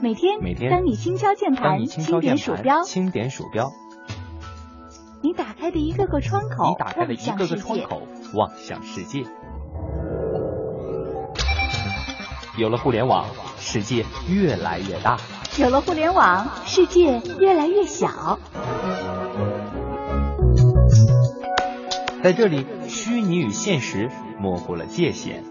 每天当你轻敲键盘，轻点鼠标，你打开的一个个窗口， 望向世界。有了互联网，世界越来越大； 有了互联网，世界越来越小。 在这里，虚拟与现实模糊了界限。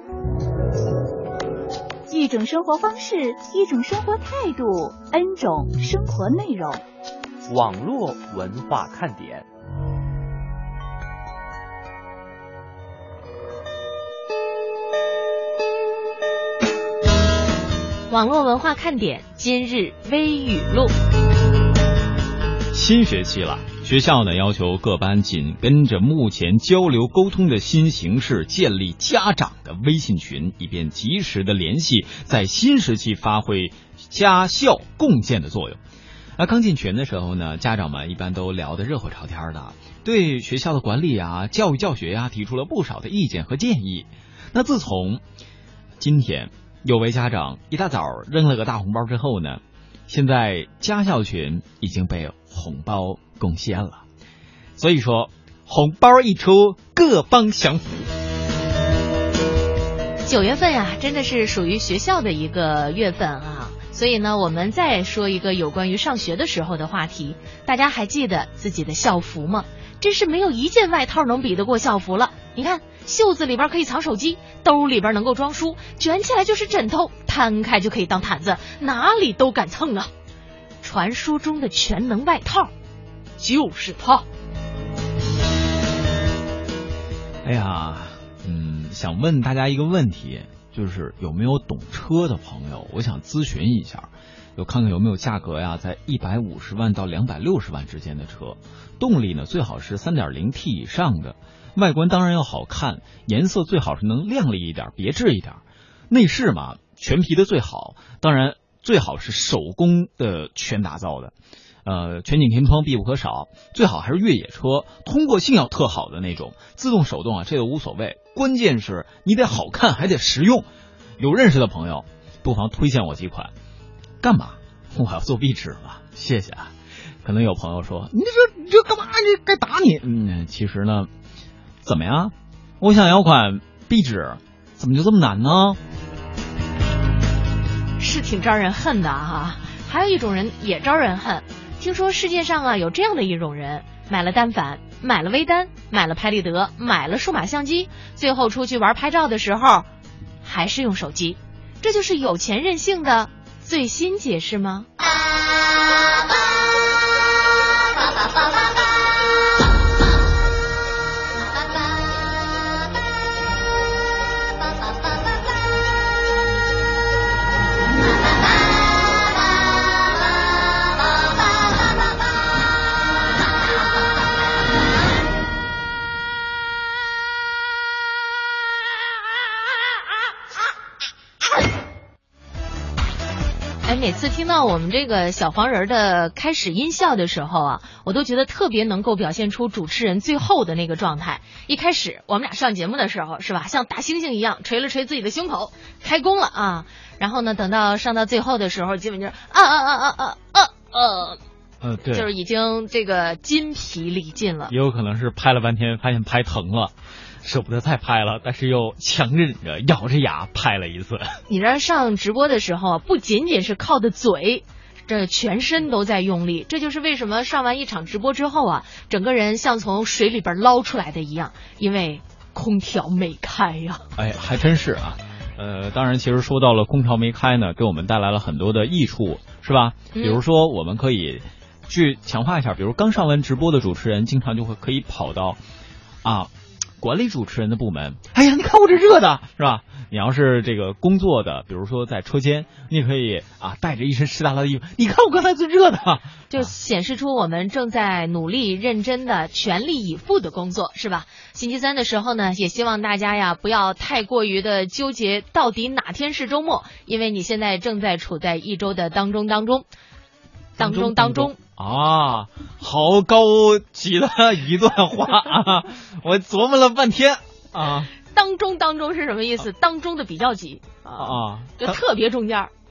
一种生活方式，一种生活态度，N 种生活内容。 网络文化看点。 网络文化看点今日微语录。 新学期了，学校呢要求各班紧跟着目前交流沟通的新形式，建立家长的微信群，以便及时的联系，在新时期发挥家校共建的作用。刚进群的时候呢，家长们一般都聊得热火朝天的，对学校的管理啊、教育教学啊提出了不少的意见和建议。那自从今天有位家长一大早扔了个大红包之后呢，现在家校群已经被红包攻陷了。所以说红包一出，各方降服。 9月份呀，真的是属于学校的一个月份啊。所以呢，我们再说一个有关于上学的时候的话题。大家还记得自己的校服吗？真是没有一件外套能比得过校服了。你看，袖子里边可以藏手机，兜里边能够装书，卷起来就是枕头，摊开就可以当毯子，哪里都敢蹭啊。传说中的全能外套就是它。 哎呀，想问大家一个问题，就是有没有懂车的朋友，我想咨询一下，看看有没有价格呀在150万到260万之间的车，动力呢最好是 3.0T 以上的，外观当然要好看，颜色最好是能亮丽一点，别致一点，内饰嘛全皮的最好，当然最好是手工的全打造的，全景天窗必不可少，最好还是越野车，通过性要特好的那种，自动手动啊这个无所谓，关键是你得好看还得实用。有认识的朋友不妨推荐我几款。干嘛？我要做壁纸吗？谢谢啊。可能有朋友说，你这干嘛？你该打你。其实呢，怎么样？我想要款壁纸，怎么就这么难呢？ 是挺招人恨的哈。还有一种人也招人恨，听说世界上啊有这样的一种人，买了单反，买了微单，买了拍立得，买了数码相机，最后出去玩拍照的时候还是用手机。这就是有钱任性的最新解释吗？每次听到我们这个小黄人的开始音效的时候啊，我都觉得特别能够表现出主持人最后的那个状态。一开始我们俩上节目的时候是吧，像大猩猩一样捶了捶自己的胸口，开工了啊。然后呢，等到上到最后的时候，基本就是对， 就是已经这个筋疲力尽了。 也有可能是拍了半天发现拍疼了，舍不得再拍了，但是又强忍着咬着牙拍了一次。 你这上直播的时候不仅仅是靠的嘴，这全身都在用力，这就是为什么上完一场直播之后啊，整个人像从水里边捞出来的一样，因为空调没开呀。 还真是啊。当然其实说到了空调没开呢，给我们带来了很多的益处，是吧？比如说我们可以去强化一下，比如刚上完直播的主持人经常就可以跑到管理主持人的部门，哎呀，你看我这热的，是吧？你要是这个工作的，比如说在车间，你也可以带着一身湿哒哒的衣服，你看我刚才最热的， 就显示出我们正在努力、认真的、全力以赴的工作，是吧？星期三的时候呢，也希望大家呀不要太过于的纠结到底哪天是周末，因为你现在正在处在一周的当中。 好高级的一段话啊！我琢磨了半天啊。 当中是什么意思？当中的比较级就特别中间。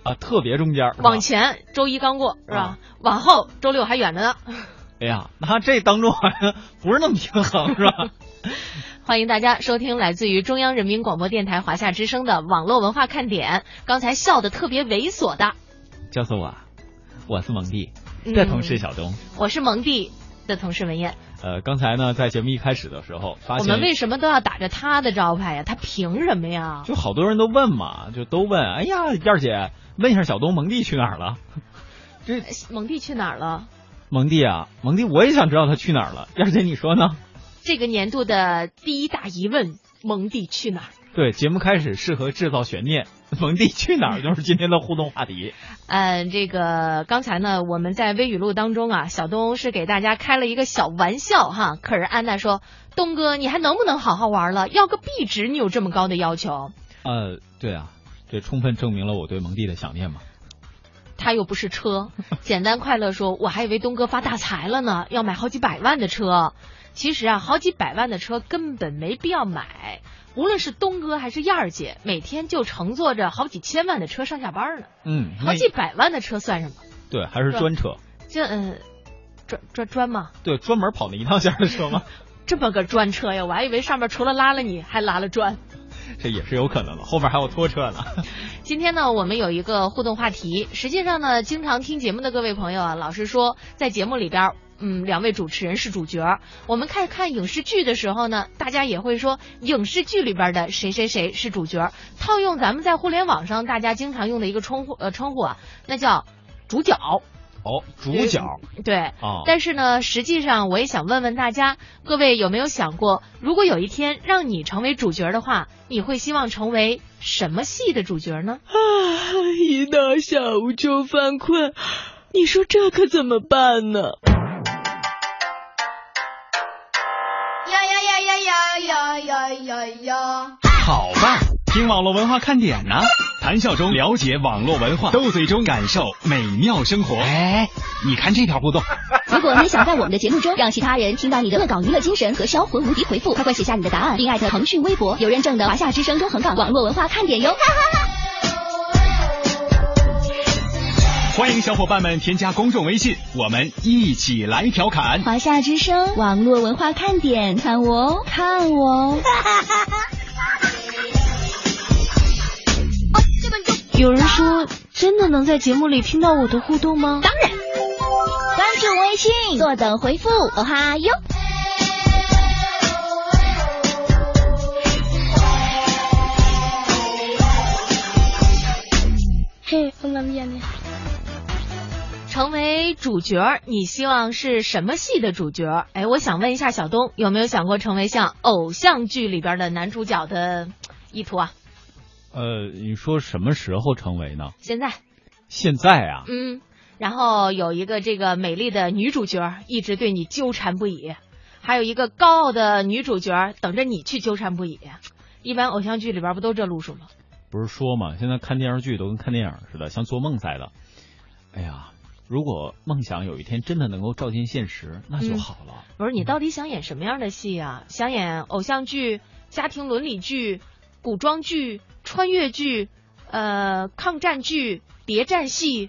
啊，特别中间。 往前周一刚过是吧？往后周六还远着呢。 哎呀，那这当中好像不是那么平衡是吧？ 欢迎大家收听来自于中央人民广播电台华夏之声的网络文化看点。刚才笑得特别猥琐的， 叫做我是蒙蒂的同事小东， 我是蒙蒂的同事文燕。 刚才呢，在节目一开始的时候，发现我们为什么都要打着他的招牌呀？他凭什么呀？ 就好多人都问嘛，就都问，哎呀，燕儿姐，问一下小东，蒙蒂去哪儿了？这蒙蒂去哪儿了？ 蒙蒂啊，蒙蒂，我也想知道他去哪儿了。燕儿姐，你说呢？ 这个年度的第一大疑问，蒙蒂去哪儿？ 对，节目开始适合制造悬念，蒙蒂去哪儿就是今天的互动话题。 这个刚才呢，我们在微语录当中啊，小东是给大家开了一个小玩笑哈。可是安娜说，东哥，你还能不能好好玩了？要个壁纸，你有这么高的要求？ 对啊，这充分证明了我对蒙蒂的想念嘛。 他又不是车，简单快乐说，我还以为东哥发大财了呢，要买好几百万的车。其实啊，好几百万的车根本没必要买。无论是东哥还是燕儿姐，每天就乘坐着好几千万的车上下班呢。好几百万的车算什么？ 对，还是专车。 专吗？ 对，专门跑那一趟线的车吗？ 这么个专车呀，我还以为上面除了拉了你，还拉了专。 这也是有可能的，后面还有拖车呢。 今天呢，我们有一个互动话题。实际上呢，经常听节目的各位朋友啊，老实说，在节目里边，两位主持人是主角。我们看影视剧的时候呢，大家也会说影视剧里边的谁谁谁是主角。套用咱们在互联网上大家经常用的一个称呼啊，那叫主角。 主角。 对。但是呢，实际上我也想问问大家，各位有没有想过，如果有一天让你成为主角的话，你会希望成为什么戏的主角呢？ 一到下午就犯困，你说这可怎么办呢？ 呀！好吧，听网络文化看点呢，谈笑中了解网络文化，斗嘴中感受美妙生活。哎，你看这条互动。 如果你想在我们的节目中让其他人听到你的恶搞娱乐精神和销魂无敌回复，快快写下你的答案，并艾特腾讯微博有认证的华夏之声中横岗网络文化看点哟。 欢迎小伙伴们添加公众微信，我们一起来调侃华夏之声网络文化看点，看我哦，看我哦。 有人说，真的能在节目里听到我的互动吗？ 当然，关注微信，坐等回复，哦哈哟。 嘿，我那边呢？ 成为主角，你希望是什么戏的主角？哎，我想问一下小东，有没有想过成为像偶像剧里边的男主角的意图啊？ 你说什么时候成为呢？ 现在啊？ 然后有一个这个美丽的女主角一直对你纠缠不已，还有一个高傲的女主角等着你去纠缠不已。一般偶像剧里边不都这路数吗？ 不是说嘛，现在看电视剧都跟看电影似的，像做梦似的。哎呀，如果梦想有一天真的能够照进现实，那就好了。 不是，你到底想演什么样的戏啊？想演偶像剧、家庭伦理剧、古装剧、穿越剧、抗战剧、谍战戏？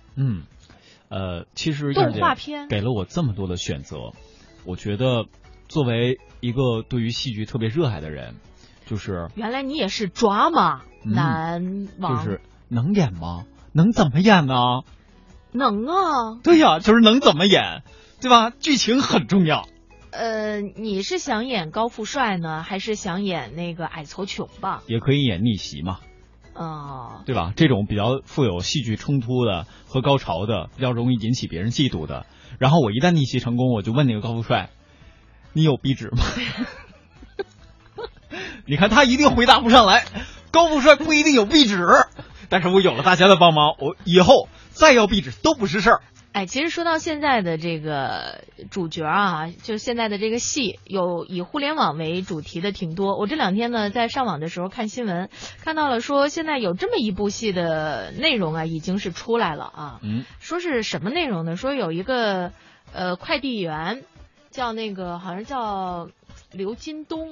其实动画片给了我这么多的选择，我觉得作为一个对于戏剧特别热爱的人，就是原来你也是drama男王， 就是能演吗？能怎么演呢？ 能啊。 对呀，就是能怎么演，对吧？剧情很重要。 你是想演高富帅呢，还是想演那个矮矬穷吧？ 也可以演逆袭嘛。对吧？这种比较富有戏剧冲突的和高潮的，比较容易引起别人嫉妒的。然后我一旦逆袭成功，我就问那个高富帅：“你有壁纸吗？”你看他一定回答不上来。高富帅不一定有壁纸，但是我有了大家的帮忙，我以后再要壁纸都不是事儿。 哎，其实说到现在的这个主角啊，就现在的这个戏有以互联网为主题的挺多。我这两天呢在上网的时候看新闻，看到了说现在有这么一部戏的内容啊已经是出来了啊。说是什么内容呢？说有一个快递员叫那个好像叫刘金东，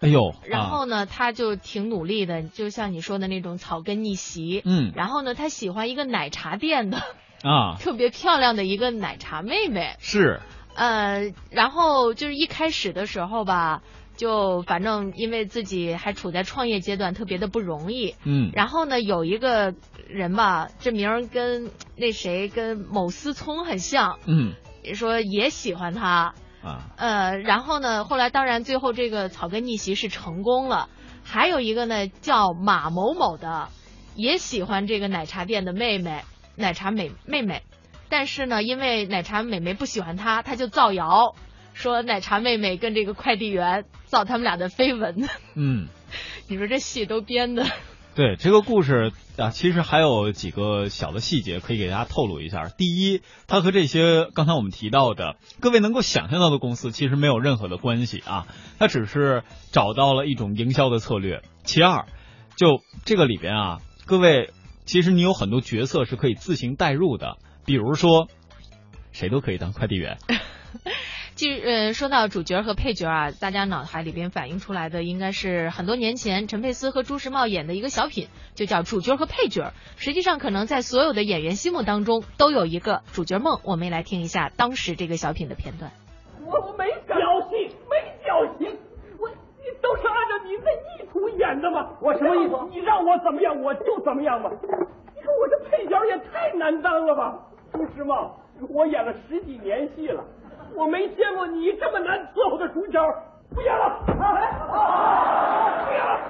哎呦， 然后呢，他就挺努力的，就像你说的那种草根逆袭。然后呢，他喜欢一个奶茶店的特别漂亮的一个奶茶妹妹。 是。 然后就是一开始的时候吧，就反正因为自己还处在创业阶段，特别的不容易。然后呢，有一个人吧，这名儿跟那谁跟某思聪很像。说也喜欢他。然后呢，后来当然最后这个草根逆袭是成功了。还有一个呢叫马某某的，也喜欢这个奶茶店的妹妹，奶茶妹妹。但是呢，因为奶茶妹妹不喜欢他，他就造谣说奶茶妹妹跟这个快递员造他们俩的绯闻。你说这戏都编的。 对，这个故事啊，其实还有几个小的细节可以给大家透露一下。第一，它和这些刚才我们提到的各位能够想象到的公司其实没有任何的关系啊，它只是找到了一种营销的策略。其二，就这个里边啊，各位其实你有很多角色是可以自行代入的，比如说谁都可以当快递员。 说到主角和配角啊，大家脑海里边反映出来的应该是很多年前陈佩斯和朱时茂演的一个小品，就叫主角和配角。实际上可能在所有的演员心目当中都有一个主角梦。我们也来听一下当时这个小品的片段。 我没侥幸，你都是按照你的意图演的吗？我什么意图？你让我怎么样我就怎么样吧。你说我这配角也太难当了吧。朱时茂，我演了10几年戏了，我没见过你这么难伺候的主角，不演了，不演了。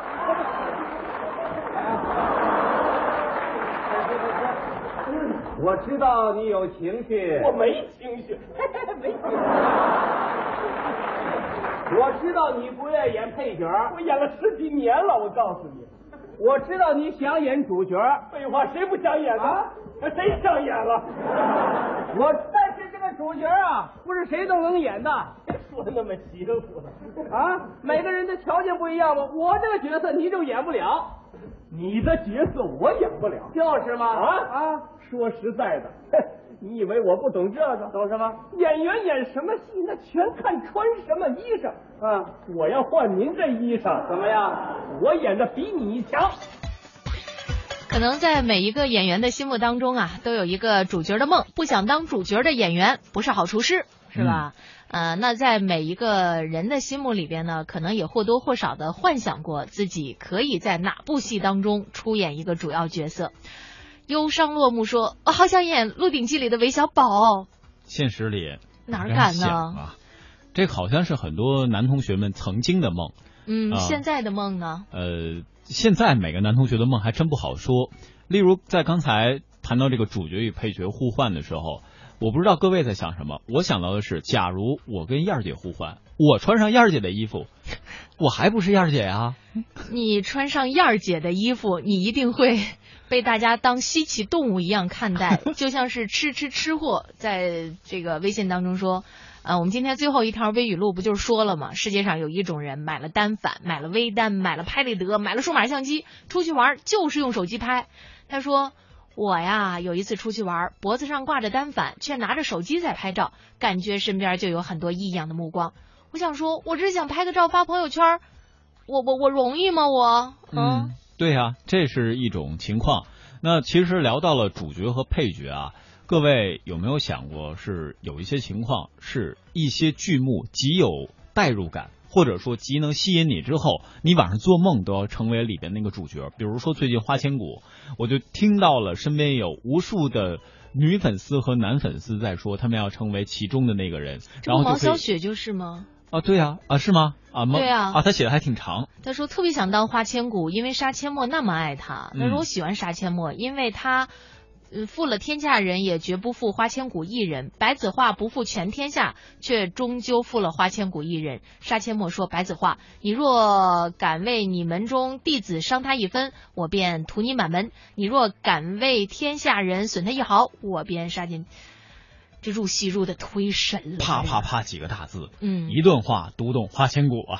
我知道你有情绪， 我没情绪，没情绪。 我知道你不愿演配角， 我演了10几年了，我告诉你。 我知道你想演主角， 废话，谁不想演啊？谁想演了？ 但是这个主角啊，不是谁都能演的。 说的那么邪乎啊？每个人的条件不一样嘛。我这个角色你就演不了， 你的角色我演不了， 就是嘛。 说实在的，你以为我不懂这个？ 懂什么？ 演员演什么戏，那全看穿什么衣裳。我要换您这衣裳， 怎么样？ 我演的比你强。 可能在每一个演员的心目当中啊，都有一个主角的梦。不想当主角的演员不是好厨师，是吧？那在每一个人的心目里边呢，可能也或多或少的幻想过自己可以在哪部戏当中出演一个主要角色。忧伤落幕说，我好想演《鹿鼎记》里的韦小宝。 现实里哪敢呢？ 这好像是很多男同学们曾经的梦。 现在的梦呢？ 现在每个男同学的梦还真不好说。例如在刚才谈到这个主角与配角互换的时候，我不知道各位在想什么。我想到的是，假如我跟燕儿姐互换，我穿上燕儿姐的衣服，我还不是燕儿姐啊？ 你穿上燕儿姐的衣服，你一定会被大家当稀奇动物一样看待，就像是吃货在这个微信当中说。我们今天最后一条微语录不就是说了吗？世界上有一种人买了单反，买了微单，买了拍立得，买了数码相机，出去玩就是用手机拍。他说，我呀有一次出去玩，脖子上挂着单反，却拿着手机在拍照，感觉身边就有很多异样的目光。我想说，我只是想拍个照发朋友圈，我容易吗？ 对啊，这是一种情况。那其实聊到了主角和配角啊，各位有没有想过，是有一些情况是一些剧目极有代入感，或者说极能吸引你之后，你晚上做梦都要成为里边那个主角。比如说最近花千骨，我就听到了身边有无数的女粉丝和男粉丝在说他们要成为其中的那个人。然后毛小雪就是吗？ 对啊，是吗？ 对啊， 他写的还挺长。 他说特别想当花千骨，因为杀阡陌那么爱他。他说我喜欢杀阡陌，因为他负了天下人，也绝不负花千骨一人。白子画不负全天下，却终究负了花千骨一人。杀阡陌说，白子画，你若敢为你门中弟子伤他一分，我便屠你满门；你若敢为天下人损他一毫，我便杀尽。这入戏入的忒神了， 啪啪啪几个大字，一顿话读懂花千骨啊。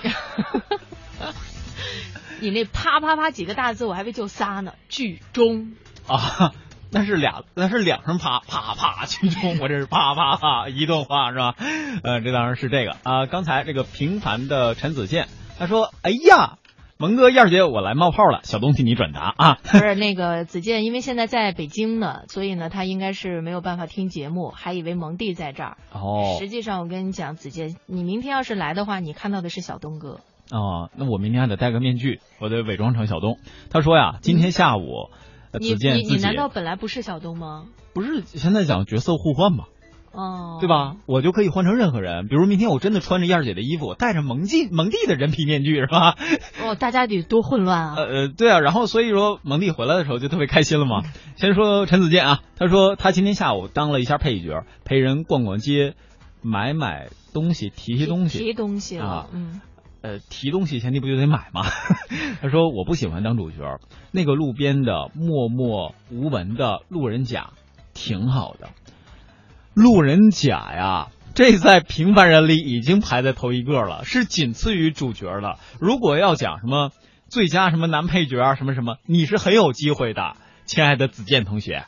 你那啪啪啪几个大字，我还以为就仨呢。剧中啊，那是两声啪啪啪，剧中我这是啪啪啪一顿话是吧？这当然是这个啊。刚才这个平凡的陈子健他说：“哎呀，蒙哥燕儿姐，我来冒泡了，小东替你转达啊。” 不是那个子健，因为现在在北京呢，所以呢他应该是没有办法听节目，还以为蒙弟在这儿。 哦， 实际上我跟你讲，子健，你明天要是来的话，你看到的是小东哥。 哦，那我明天还得戴个面具，我得伪装成小东。他说呀，今天下午，子健自己， 你难道本来不是小东吗？ 不是，现在讲角色互换嘛。 哦， 对吧？我就可以换成任何人，比如明天我真的穿着燕儿姐的衣服，我戴着蒙弟的人皮面具，是吧？ 哦，大家得多混乱啊！ 对啊，然后所以说蒙弟回来的时候就特别开心了嘛。先说陈子健啊，他说他今天下午当了一下配角，陪人逛逛街，买东西，提东西了， 提东西前提不就得买吗？他说我不喜欢当主角，那个路边的默默无闻的路人甲挺好的。路人甲呀，这在平凡人里已经排在头一个了，是仅次于主角了。如果要讲什么最佳什么男配角啊，什么，你是很有机会的，亲爱的子健同学。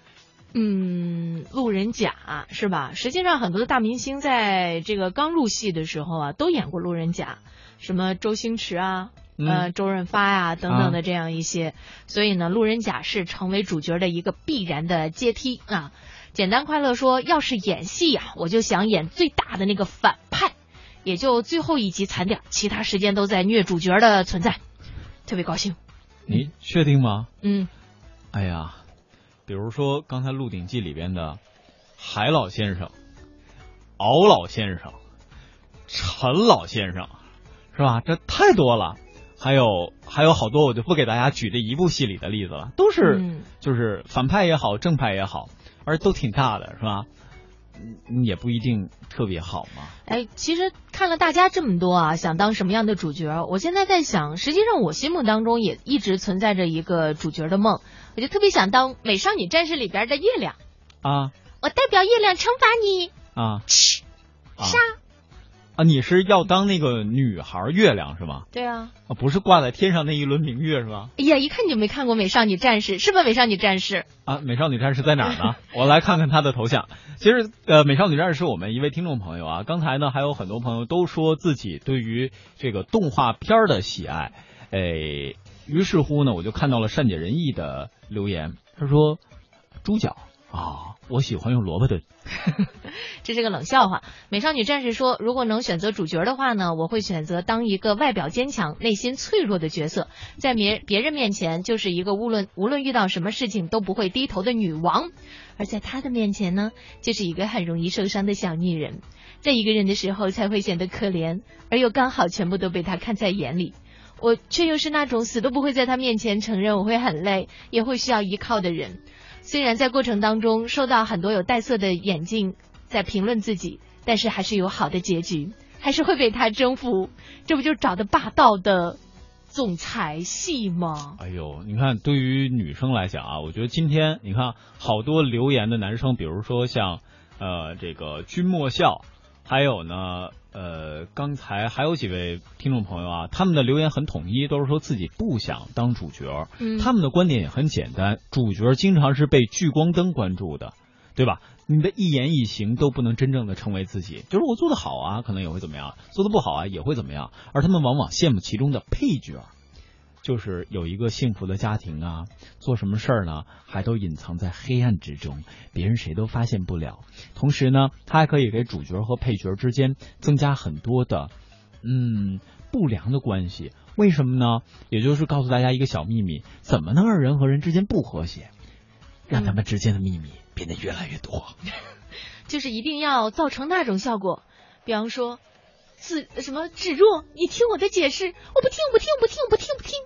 路人甲是吧？实际上很多的大明星在这个刚入戏的时候啊，都演过路人甲，什么周星驰啊。周润发呀等等的这样一些，所以呢，路人甲是成为主角的一个必然的阶梯啊。简单快乐说，要是演戏啊，我就想演最大的那个反派，也就最后一集惨点，其他时间都在虐主角的存在，特别高兴。 你确定吗？ 哎呀，比如说刚才《鹿鼎记》里边的海老先生、敖老先生、陈老先生，是吧？这太多了。还有好多，我就不给大家举这一部戏里的例子了，都是就是反派也好，正派也好，而都挺大的，是吧？也不一定特别好嘛。 其实看了大家这么多啊，想当什么样的主角，我现在在想，实际上我心目当中也一直存在着一个主角的梦，我就特别想当《美少女战士》里边的月亮啊， 我代表月亮惩罚你啊， 杀。 你是要当那个女孩月亮是吗？ 对啊， 不是挂在天上那一轮明月是吧？ 哎呀，一看你就没看过《美少女战士》，是吧？《美少女战士》 啊，《美少女战士》在哪儿呢？我来看看她的头像。其实美少女战士是我们一位听众朋友啊。刚才呢还有很多朋友都说自己对于这个动画片的喜爱，于是乎呢我就看到了善解人意的留言，他说猪脚啊，我喜欢用萝卜炖。 这是个冷笑话。美少女战士说，如果能选择主角的话呢，我会选择当一个外表坚强内心脆弱的角色，在别人面前就是一个无论遇到什么事情都不会低头的女王，而在她的面前呢，就是一个很容易受伤的小女人，在一个人的时候才会显得可怜，而又刚好全部都被她看在眼里，我却又是那种死都不会在她面前承认我会很累也会需要依靠的人。虽然在过程当中受到很多有带色的眼镜在评论自己，但是还是有好的结局，还是会被他征服。这不就是找的霸道的总裁戏吗？ 哎呦，你看对于女生来讲啊，我觉得今天你看好多留言的男生，比如说像这个君莫笑，还有呢刚才还有几位听众朋友啊，他们的留言很统一，都是说自己不想当主角。他们的观点也很简单，主角经常是被聚光灯关注的，对吧？你的一言一行都不能真正的成为自己，就是我做得好啊可能也会怎么样，做得不好啊也会怎么样，而他们往往羡慕其中的配角，就是有一个幸福的家庭啊，做什么事儿呢还都隐藏在黑暗之中，别人谁都发现不了。同时呢，他还可以给主角和配角之间增加很多的不良的关系。为什么呢？也就是告诉大家一个小秘密，怎么能让人和人之间不和谐，让他们之间的秘密变得越来越多。 就是一定要造成那种效果，比方说什么芷若，你听我的解释，我不听。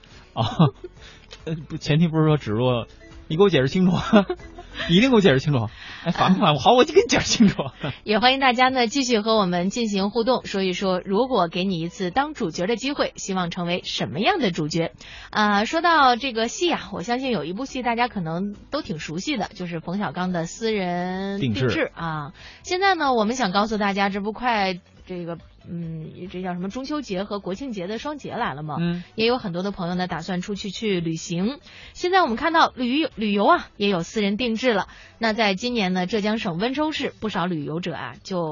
前提不是说芷若，你给我解释清楚，你一定给我解释清楚。烦不烦？好，我就给你解释清楚。 也欢迎大家呢继续和我们进行互动，说一说如果给你一次当主角的机会，希望成为什么样的主角？说到这个戏啊，我相信有一部戏大家可能都挺熟悉的，就是冯小刚的私人定制啊。现在呢，我们想告诉大家，这不快这个这叫什么中秋节和国庆节的双节来了吗？也有很多的朋友呢打算出去旅行。现在我们看到旅游啊也有私人定制了。那在今年呢，浙江省温州市不少旅游者啊就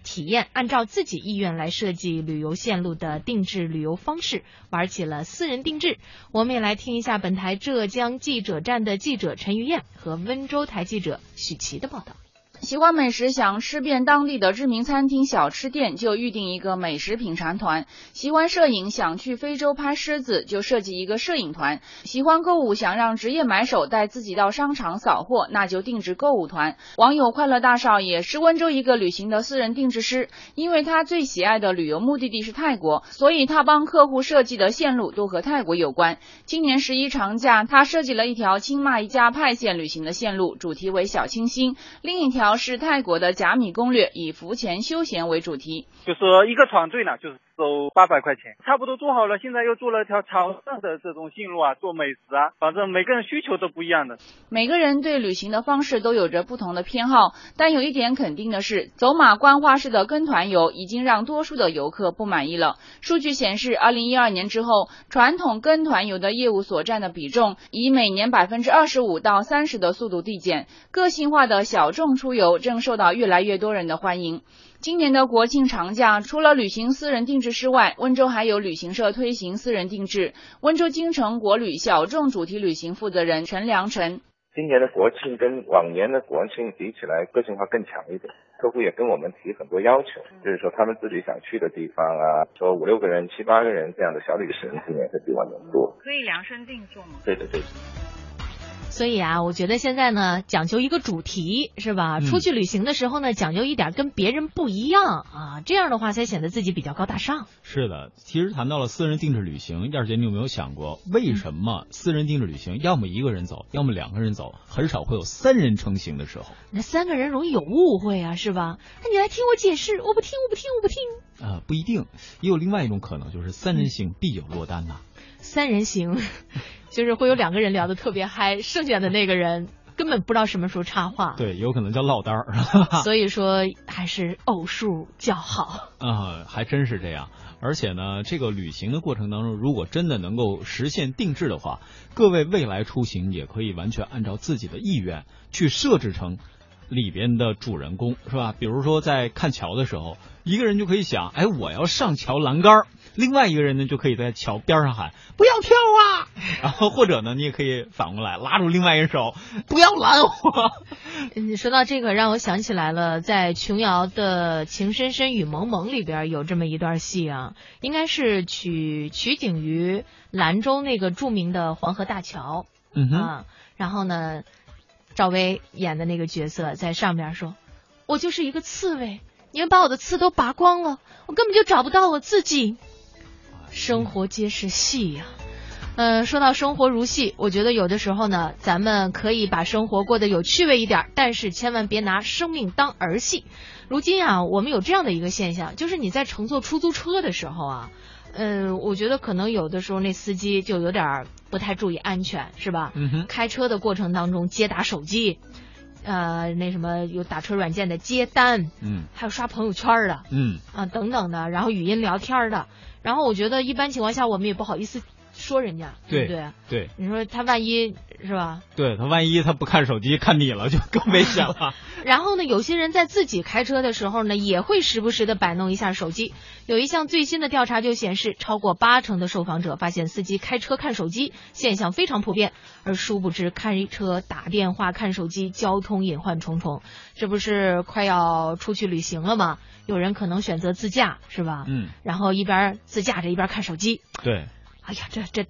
体验按照自己意愿来设计旅游线路的定制旅游方式，玩起了私人定制。我们也来听一下本台浙江记者站的记者陈玉燕和温州台记者许琪的报道。 喜欢美食想吃遍当地的知名餐厅小吃店，就预定一个美食品尝团；喜欢摄影想去非洲拍狮子，就设计一个摄影团；喜欢购物想让职业买手带自己到商场扫货，那就定制购物团。网友快乐大少也是温州一个旅行的私人定制师，因为他最喜爱的旅游目的地是泰国，所以他帮客户设计的线路都和泰国有关。今年11长假，他设计了一条清迈一家派线旅行的线路，主题为小清新；另一条是泰国的甲米攻略，以浮潜休闲为主题。 就是一个团队呢，就是收800块钱，差不多做好了。现在又做了一条潮汕的这种线路啊，做美食啊，反正每个人需求都不一样的。 每个人对旅行的方式都有着不同的偏好，但有一点肯定的是，走马观花式的跟团游已经让多数的游客不满意了。数据显示，2012年之后，传统跟团游的业务所占的比重以每年25%到30%的速度递减，个性化的小众出游正受到越来越多人的欢迎。今年的国庆长假，除了旅行私人定制之外，温州还有旅行社推行私人定制。温州京城国旅小众主题旅行负责人陈良辰： 今年的国庆跟往年的国庆比起来，个性化更强一点。客户也跟我们提很多要求，就是说他们自己想去的地方啊，说5、6个人、7、8个人这样的小旅行，今年会比往年多。 可以量身定做吗？ 对的，对的。 所以啊，我觉得现在呢，讲究一个主题是吧？出去旅行的时候呢，讲究一点跟别人不一样啊，这样的话才显得自己比较高大上。 是的，其实谈到了私人定制旅行，燕儿姐你有没有想过，为什么私人定制旅行要么一个人走，要么2个人走，很少会有3人成行的时候？ 那3个人容易有误会啊，是吧？那你来听我解释，我不听。 不一定，也有另外一种可能，就是3人行必有落单呐。 3人行就是会有2个人聊得特别嗨，剩下的那个人根本不知道什么时候插话。 对，有可能叫落单儿。 所以说还是偶数较好。 还真是这样。而且呢，这个旅行的过程当中，如果真的能够实现定制的话，各位未来出行也可以完全按照自己的意愿去设置成里边的主人公，是吧？比如说在看桥的时候，一个人就可以想，我要上桥栏杆，另外一个人呢就可以在桥边上喊不要跳啊，然后或者呢你也可以反过来拉住另外一人手，不要拦我。 说到这个让我想起来了，在琼瑶的《情深深雨蒙蒙》里边有这么一段戏啊，应该是取景于兰州那个著名的黄河大桥。然后呢赵薇演的那个角色在上边说，我就是一个刺猬，你们把我的刺都拔光了，我根本就找不到我自己。生活皆是戏呀。说到生活如戏，我觉得有的时候呢，咱们可以把生活过得有趣味一点，但是千万别拿生命当儿戏。如今啊，我们有这样的一个现象，就是你在乘坐出租车的时候啊，我觉得可能有的时候那司机就有点不太注意安全，是吧？开车的过程当中接打手机，那什么有打车软件的接单，还有刷朋友圈的，等等的，然后语音聊天的，然后我觉得一般情况下我们也不好意思说人家，对不对？ 对， 你说他万一是吧？ 对，他万一他不看手机看你了，就更危险了。 然后呢，有些人在自己开车的时候呢，也会时不时的摆弄一下手机。有一项最新的调查就显示，超过80%的受访者发现司机开车看手机现象非常普遍，而殊不知开车打电话看手机，交通隐患重重。这不是快要出去旅行了吗？有人可能选择自驾，是吧？然后一边自驾着一边看手机。 对。 哎呀，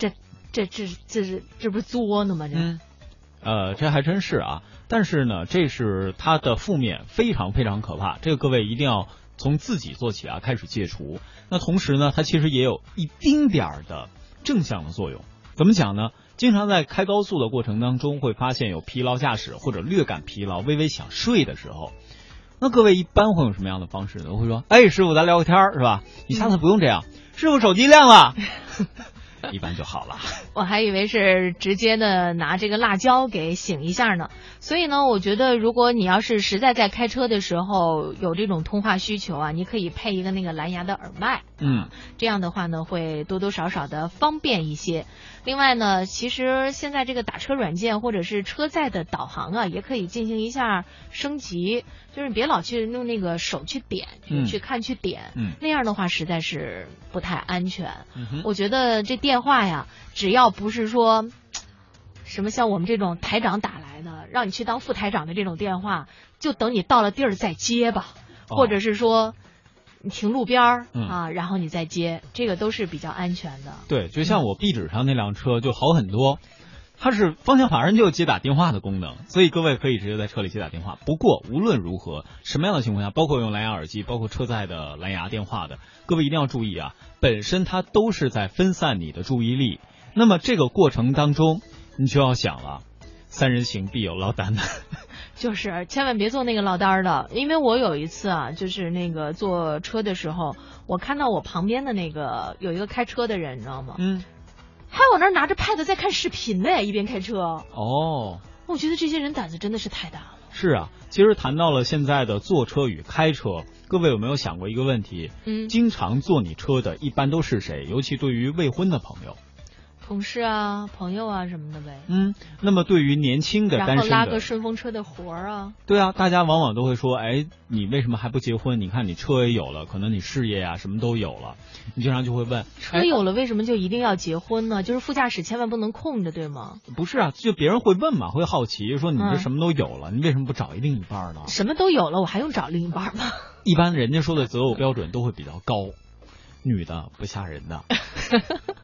这不是作呢吗？ 这还真是啊。但是呢，这是它的负面，非常非常可怕。这个各位一定要从自己做起啊，开始戒除。那同时呢，它其实也有一丁点儿的正向的作用。怎么讲呢？经常在开高速的过程当中，会发现有疲劳驾驶或者略感疲劳、微微想睡的时候。那各位一般会用什么样的方式呢？我会说，师傅咱聊个天是吧？你下次不用这样，师傅手机亮了。 一般就好了。 我还以为是直接的拿这个辣椒给醒一下呢。所以呢，我觉得如果你要是实在在开车的时候有这种通话需求啊，你可以配一个那个蓝牙的耳麦，这样的话呢会多多少少的方便一些。另外呢，其实现在这个打车软件或者是车载的导航啊，也可以进行一下升级，就是别老去用那个手去点、去看去点，那样的话实在是不太安全。我觉得这电话呀，只要不是说什么像我们这种台长打来的，让你去当副台长的这种电话，就等你到了地儿再接吧，或者是说你停路边啊，然后你再接，这个都是比较安全的。 对，就像我壁纸上那辆车就好很多，它是方向盘上就有接打电话的功能，所以各位可以直接在车里接打电话。不过无论如何，什么样的情况下，包括用蓝牙耳机，包括车载的蓝牙电话的，各位一定要注意啊，本身它都是在分散你的注意力。那么这个过程当中，你就要想了，三人行必有落单的。 就是千万别做那个落单的，因为我有一次啊，就是那个坐车的时候，我看到我旁边的那个有一个开车的人，你知道吗？还往那儿拿着 pad 在看视频呢，一边开车。 哦， 我觉得这些人胆子真的是太大了。 是啊，其实谈到了现在的坐车与开车，各位有没有想过一个问题？经常坐你车的一般都是谁？尤其对于未婚的朋友。 同事啊，朋友啊什么的呗。 那么对于年轻的单身的， 然后拉个顺风车的活儿啊。 对啊，大家往往都会说，哎，你为什么还不结婚？你看你车也有了，可能你事业啊什么都有了，你经常就会问， 车有了为什么就一定要结婚呢？就是副驾驶千万不能空着，对吗？ 不是啊，就别人会问嘛，会好奇说你这什么都有了，你为什么不找一另一半呢？ 什么都有了，我还用找另一半吗？ 一般人家说的择偶标准都会比较高，女的不吓人的。